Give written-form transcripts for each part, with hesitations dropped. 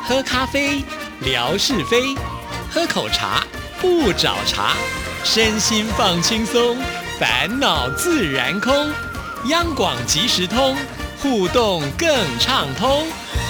喝咖啡，聊是非；喝口茶，不找茬。身心放轻松，烦恼自然空。央广即时通，互动更畅通。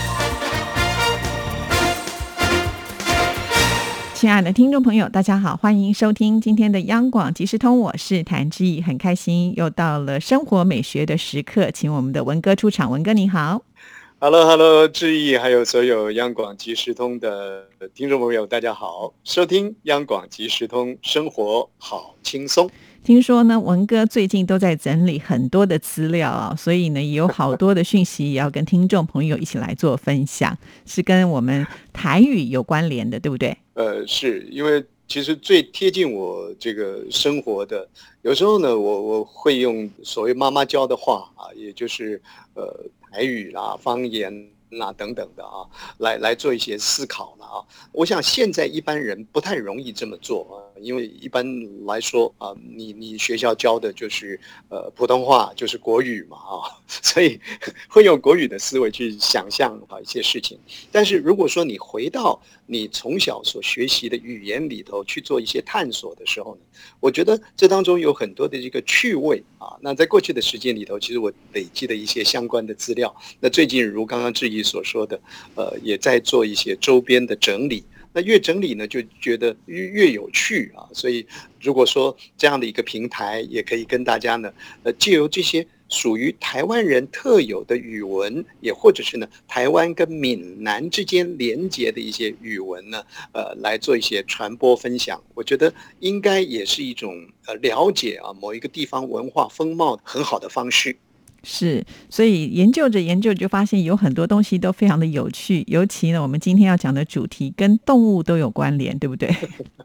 亲爱的听众朋友，大家好，欢迎收听今天的央广即时通，我是谭志毅，很开心又到了生活美学的时刻，请我们的文哥出场。文哥你好。 Hello， 志毅，还有所有央广即时通的听众朋友，大家好，收听央广即时通，生活好轻松。 听说呢，文哥最近都在整理很多的资料啊，所以呢，也有好多的讯息也要跟听众朋友一起来做分享，是跟我们台语有关联的，对不对？ 是因为其实最贴近我这个生活的，有时候呢，我会用所谓妈妈教的话啊，也就是台语啦、方言啦等等的啊，来做一些思考了啊。我想现在一般人不太容易这么做啊，因为一般来说啊，你学校教的就是普通话，就是国语嘛啊，所以会用国语的思维去想象啊一些事情。但是如果说你回到你从小所学习的语言里头去做一些探索的时候呢，我觉得这当中有很多的这个趣味啊。那在过去的时间里头，其实我累积的一些相关的资料。那最近如刚刚志毅所说的，也在做一些周边的整理。那越整理呢，就觉得越有趣啊。所以如果说这样的一个平台，也可以跟大家呢，借由这些属于台湾人特有的语文，也或者是呢台湾跟闽南之间连结的一些语文呢，来做一些传播分享，我觉得应该也是一种了解啊某一个地方文化风貌很好的方式。 是，所以研究着研究就发现有很多东西都非常的有趣，尤其呢我们今天要讲的主题跟动物都有关联，对不对？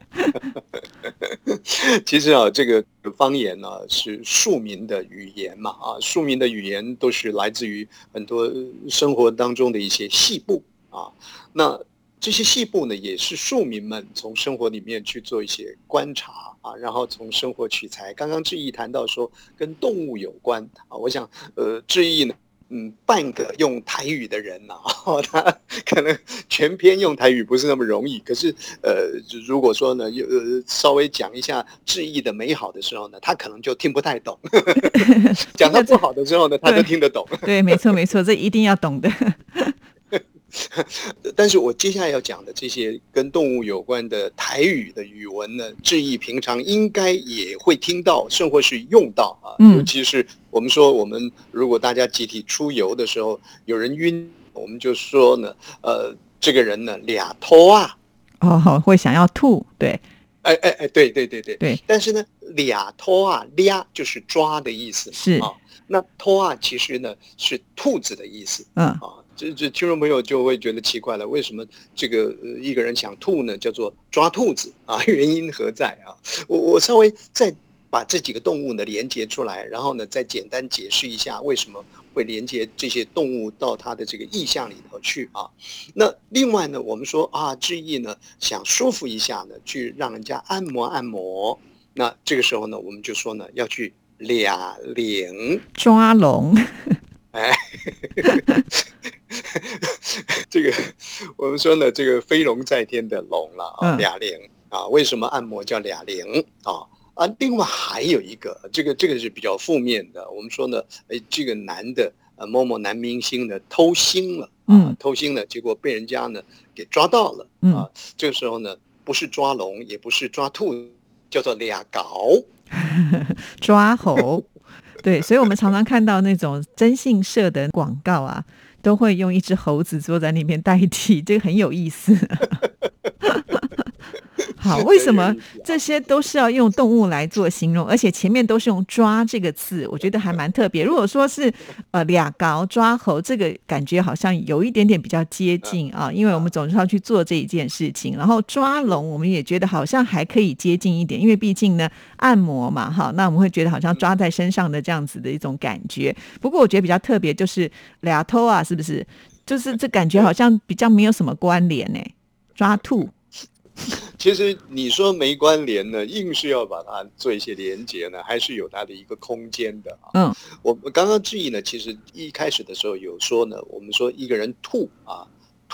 其实啊，这个方言呢是庶民的语言嘛啊，庶民的语言都是来自于很多生活当中的一些细部啊。那这些细部呢，也是庶民们从生活里面去做一些观察啊，然后从生活取材。刚刚志毅谈到说跟动物有关啊，我想志毅呢。半个用台语的人呐，他可能全篇用台语不是那么容易。可是，如果说呢，稍微讲一下志毅的美好的时候呢，他可能就听不太懂；讲他不好的时候呢，他就听得懂。 对，没错，没错，这一定要懂的。 但是我接下来要讲的这些跟动物有关的台语的语文呢，志毅平常应该也会听到，甚或是用到啊。尤其是我们说，我们如果大家集体出游的时候，有人晕，我们就说呢，这个人呢俩头啊， 哦，会想要吐，对， 对。但是呢，俩头啊，俩就是抓的意思， 是啊。那头啊，其实呢是兔子的意思，啊。这听众朋友就会觉得奇怪了，为什么这个一个人想吐呢？叫做抓兔子啊，原因何在啊？我稍微再把这几个动物呢连接出来，然后呢再简单解释一下为什么会连接这些动物到它的这个意象里头去啊。那另外呢，我们说啊，志毅呢想舒服一下呢，去让人家按摩按摩。那这个时候呢，我们就说呢要去俩领抓龙。 哎，这个我们说呢，这个飞龙在天的龙了啊，俩灵啊，为什么按摩叫俩灵啊？另外还有一个，这个是比较负面的。我们说呢，这个男的某某男明星呢偷腥了啊，偷腥了，结果被人家呢给抓到了啊。这个时候呢，不是抓龙，也不是抓兔，叫做俩搞抓猴。对，所以我们常常看到那种征信社的广告啊，都会用一只猴子坐在那边代替，这个很有意思。好，为什么这些都是要用动物来做形容，而且前面都是用抓这个字，我觉得还蛮特别。如果说是俩搞抓猴，这个感觉好像有一点点比较接近啊，因为我们总是要去做这一件事情。然后抓龙我们也觉得好像还可以接近一点，因为毕竟呢按摩嘛，哈，那我们会觉得好像抓在身上的这样子的一种感觉。不过我觉得比较特别就是俩头啊，是不是？就是这感觉好像比较没有什么关联呢，抓兔。 其实你说没关联呢，硬是要把它做一些连结呢，还是有它的一个空间的啊。我刚刚质疑呢，其实一开始的时候有说呢，我们说一个人吐啊，吐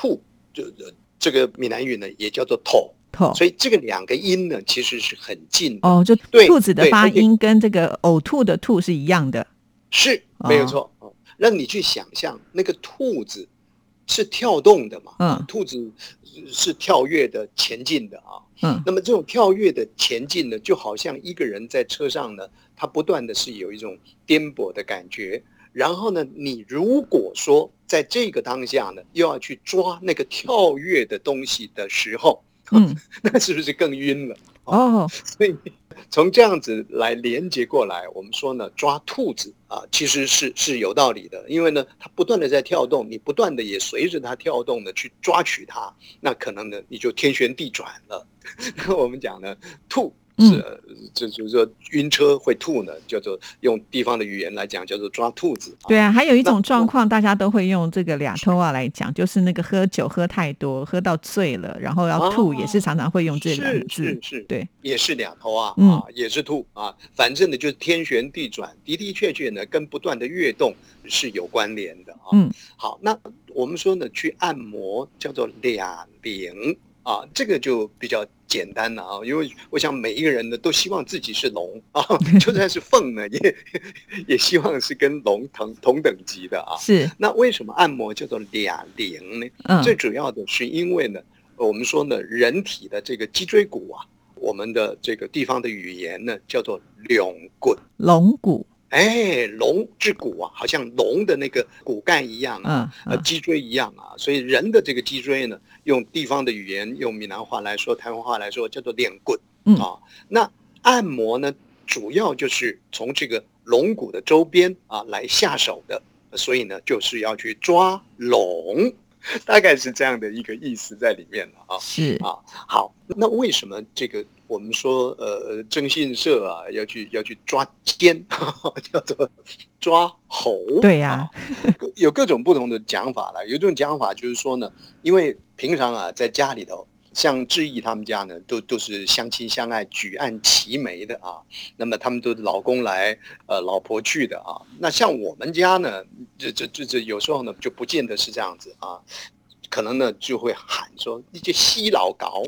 这个闽南语呢也叫做头，所以这个两个音呢其实是很近的。 就兔子的发音跟这个呕吐的吐是一样的， 是没有错。让你去想象那个兔子是跳动的嘛，兔子是跳跃的前进的啊，那么这种跳跃的前进呢，就好像一个人在车上呢，他不断的是有一种颠簸的感觉。然后呢，你如果说在这个当下呢，又要去抓那个跳跃的东西的时候，那是不是更晕了？所以从这样子来连接过来，我们说呢，抓兔子啊，其实是有道理的，因为呢，它不断的在跳动，你不断的也随着它跳动的去抓取它，那可能呢，你就天旋地转了。那我们讲呢，吐。就是说晕车会吐呢，叫做用地方的语言来讲叫做抓兔子。 对啊，还有一种状况大家都会用这个俩偷啊来讲，就是那个喝酒喝太多喝到醉了然后要吐，也是常常会用这两个字。 是对， 也是俩头啊，也是吐啊，反正呢就是天旋地转，的的确确呢跟不断的跃动是有关联的啊。好，那我们说呢去按摩叫做俩铃啊，这个就比较简单了啊，因为我想每一个人呢都希望自己是龙啊，就算是凤呢也希望是跟龙同等级的啊。 是。 那为什么按摩叫做俩铃呢？最主要的是因为呢，我们说呢，人体的这个脊椎骨啊，我们的这个地方的语言呢叫做龙骨。 龙骨。 龙之骨啊，好像龙的那个骨干一样啊，脊椎一样啊，所以人的这个脊椎呢，用地方的语言，用闽南话来说，台湾话来说，叫做练骨啊。那按摩呢，主要就是从这个龙骨的周边啊来下手的，所以呢，就是要去抓龙。大概是这样的一个意思在里面了啊。 是啊， 好，那为什么这个我们说征信社啊要去抓奸，叫做抓猴？ 对呀， 有各种不同的讲法了。有一种讲法就是说呢，因为平常啊在家里头，像志毅他们家呢，都是相亲相爱、举案齐眉的啊。那么他们都老公来，老婆去的啊。那像我们家呢，这有时候呢就不见得是这样子啊，可能呢就会喊说：“你这死老搞，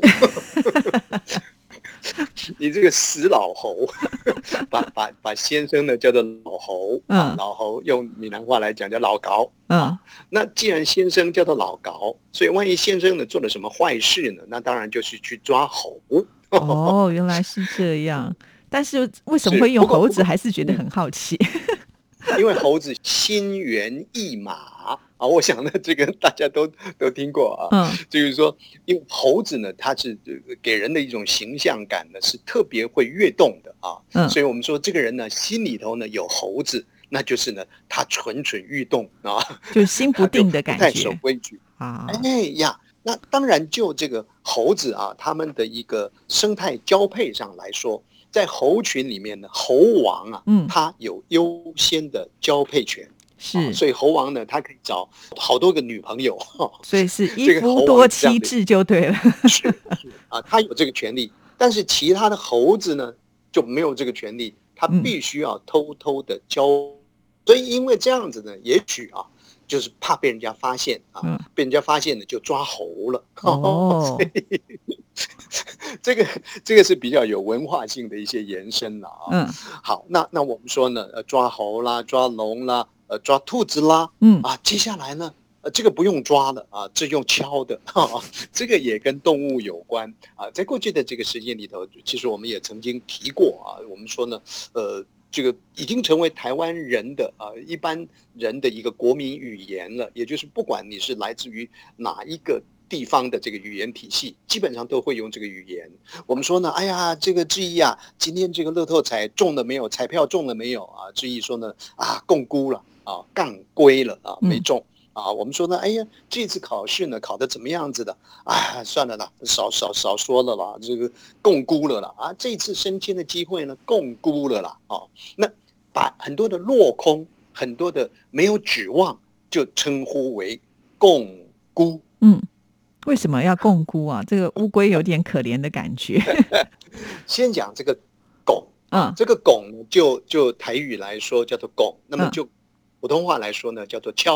你这个死老猴。”把先生呢叫做老猴，老猴用闽南话来讲叫老搞。那既然先生叫做老搞，所以万一先生呢做了什么坏事呢，那当然就是去抓猴。 原来是这样。但是为什么会用猴子，还是觉得很好奇。 因为猴子心猿意马啊，我想呢，这个大家都听过啊。就是说，因为猴子呢，它是给人的一种形象感呢，是特别会跃动的啊。所以我们说这个人呢，心里头呢有猴子，那就是呢，他蠢蠢欲动啊， 就心不定的感觉， 不太守规矩啊。那当然，就这个猴子啊，他们的一个生态交配上来说。在猴群里面呢，猴王啊，他有优先的交配权，是，所以猴王呢，他可以找好多个女朋友， 所以是一夫多妻制就对了。 是啊，他有这个权利，但是其他的猴子呢就没有这个权利，他必须要偷偷的交，所以因为这样子呢，也许啊，就是怕被人家发现啊，被人家发现呢就抓猴了。所以这个是比较有文化性的一些延伸了啊。好，那我们说呢，抓猴啦，抓龙啦，抓兔子啦，接下来呢，这个不用抓了啊，这用敲的，这个也跟动物有关啊。在过去的这个时间里头，其实我们也曾经提过啊，我们说呢，这个已经成为台湾人的一般人的一个国民语言了，也就是不管你是来自于哪一个地方的这个语言体系，基本上都会用这个语言。我们说呢，哎呀，这个志毅啊，今天这个乐透彩中了没有？彩票中了没有啊？志毅说呢，共估了啊，杠归了啊，没中。我们说呢，哎呀，这次考试呢考得怎么样子的？算了啦，少说了啦，这个共估了啦啊，这次升迁的机会呢共估了啦那把很多的落空，很多的没有指望，就称呼为共估。 为什么要共估啊？这个乌龟有点可怜的感觉。 先讲这个拱这个拱就台语来说叫做拱，那么就普通话来说呢叫做敲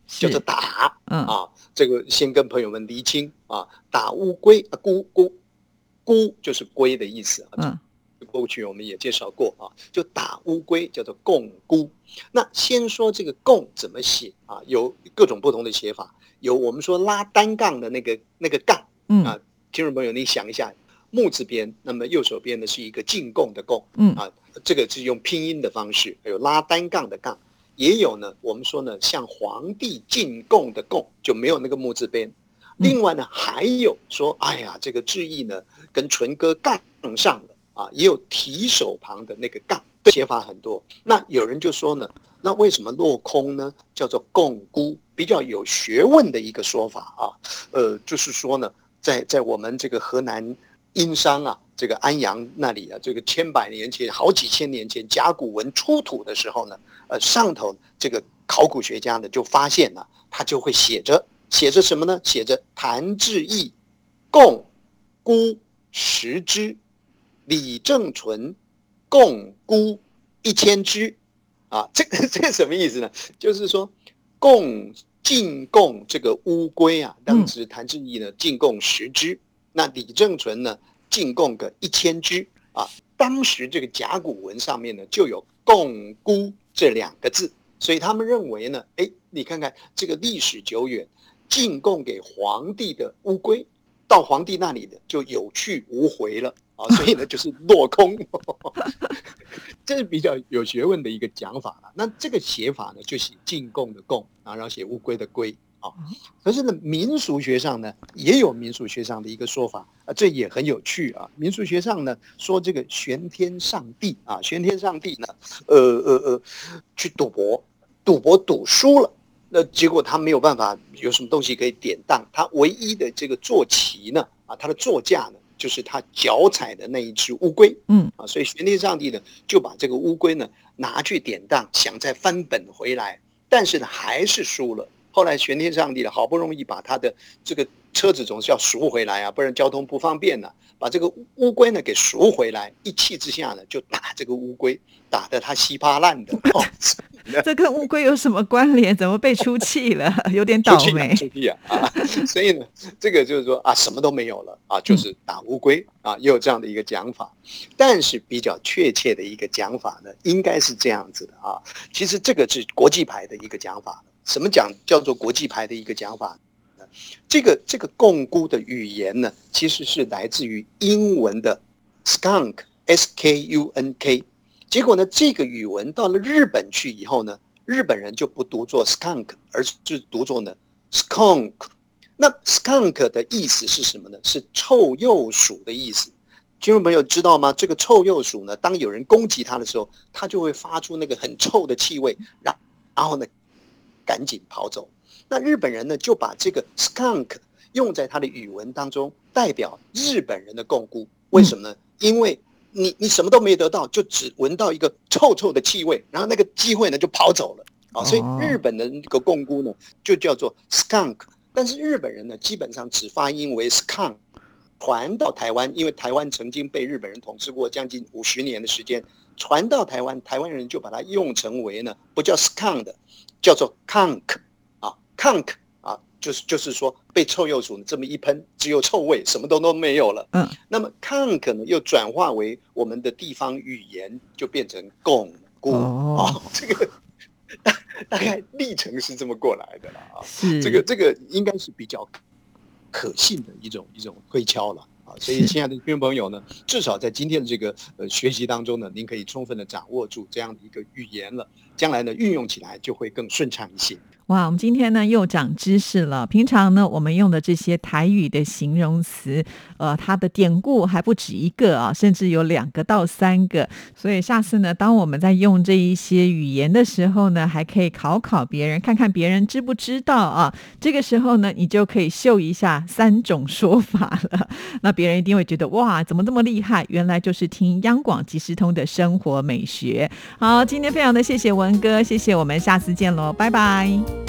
叫做打这个先跟朋友们厘清打乌龟孤就是龟的意思过去我们也介绍过就打乌龟叫做共孤。那先说这个共怎么写有各种不同的写法，有我们说拉单杠的那个杠听众朋友你想一下，木字边，那么右手边呢是一个进贡的贡这个是用拼音的方式，还有拉单杠的杠，也有呢我们说呢像皇帝进贡的贡就没有那个木字边。另外呢还有说哎呀这个字义呢跟纯哥杠上了也有提手旁的那个杠，写法很多。那有人就说呢，那为什么落空呢？叫做共孤，比较有学问的一个说法就是说呢，在我们这个河南殷商这个安阳那里这个千百年前，好几千年前甲骨文出土的时候呢，上头这个考古学家呢就发现了，他就会写着什么呢？写着谭志毅共孤10只。李正淳共孤1000只这个什么意思呢？就是说进贡这个乌龟当时谭志毅呢进贡10只，那李正淳呢进贡个1000只当时这个甲骨文上面呢就有共孤这2个字，所以他们认为呢你看看这个历史久远，进贡给皇帝的乌龟到皇帝那里的就有去无回了所以呢就是落空这是比较有学问的一个讲法了。那这个写法呢就写进贡的贡然后写乌龟的龟可是呢民俗学上呢也有民俗学上的一个说法这也很有趣民俗学上呢说这个玄天上帝玄天上帝呢去赌博赌输了，那结果他没有办法有什么东西可以典当，他唯一的这个坐骑呢他的座驾呢就是他脚踩的那一只乌龟所以玄天上帝呢就把这个乌龟呢拿去典当，想再翻本回来，但是呢还是输了。后来玄天上帝呢好不容易把他的这个车子总是要赎回来不然交通不方便把这个乌龟呢给赎回来，一气之下呢就打这个乌龟，打得他稀巴烂的这跟乌龟有什么关联？怎么被出气了？有点倒霉。 出气所以呢，这个就是说什么都没有了就是打乌龟也有这样的一个讲法。但是比较确切的一个讲法呢，应该是这样子的其实这个是国际牌的一个讲法。什么叫做国际牌的一个讲法？这个共孤的语言呢，其实是来自于英文的 skunk S-K-U-N-K。结果呢，这个语文到了日本去以后呢，日本人就不读作 skunk， 而是读作呢 skunk。那 skunk 的意思是什么呢？是臭鼬鼠的意思。听众朋友知道吗？这个臭鼬鼠呢，当有人攻击它的时候，它就会发出那个很臭的气味，然后呢，赶紧跑走。那日本人呢，就把这个 skunk 用在他的语文当中，代表日本人的共孤。为什么呢？因为你什么都没得到，就只闻到一个臭臭的气味，然后那个机会呢就跑走了所以日本的那个共孤呢就叫做 skunk， 但是日本人呢基本上只发音为 skunk。传到台湾，因为台湾曾经被日本人统治过将近50年的时间，传到台湾，台湾人就把它用成为呢不叫 skunk 的，叫做 conk conk就是说被臭鼬鼠这么一喷，只有臭味，什么都没有了。那么 conk 呢又转化为我们的地方语言，就变成共孤这个大概历程是这么过来的了这个应该是比较可信的一种推敲了所以亲爱的听众朋友呢，至少在今天的这个学习当中呢，您可以充分的掌握住这样的一个语言了，将来呢运用起来就会更顺畅一些。 哇，我们今天呢又长知识了。平常呢我们用的这些台语的形容词它的典故还不止一个甚至有2个到3个。所以下次呢当我们在用这一些语言的时候呢，还可以考别人，看看别人知不知道这个时候呢你就可以秀一下3种说法了。那别人一定会觉得哇怎么这么厉害，原来就是听央广即时通的生活美学。好，今天非常的谢谢文哥，谢谢，我们下次见咯，拜拜。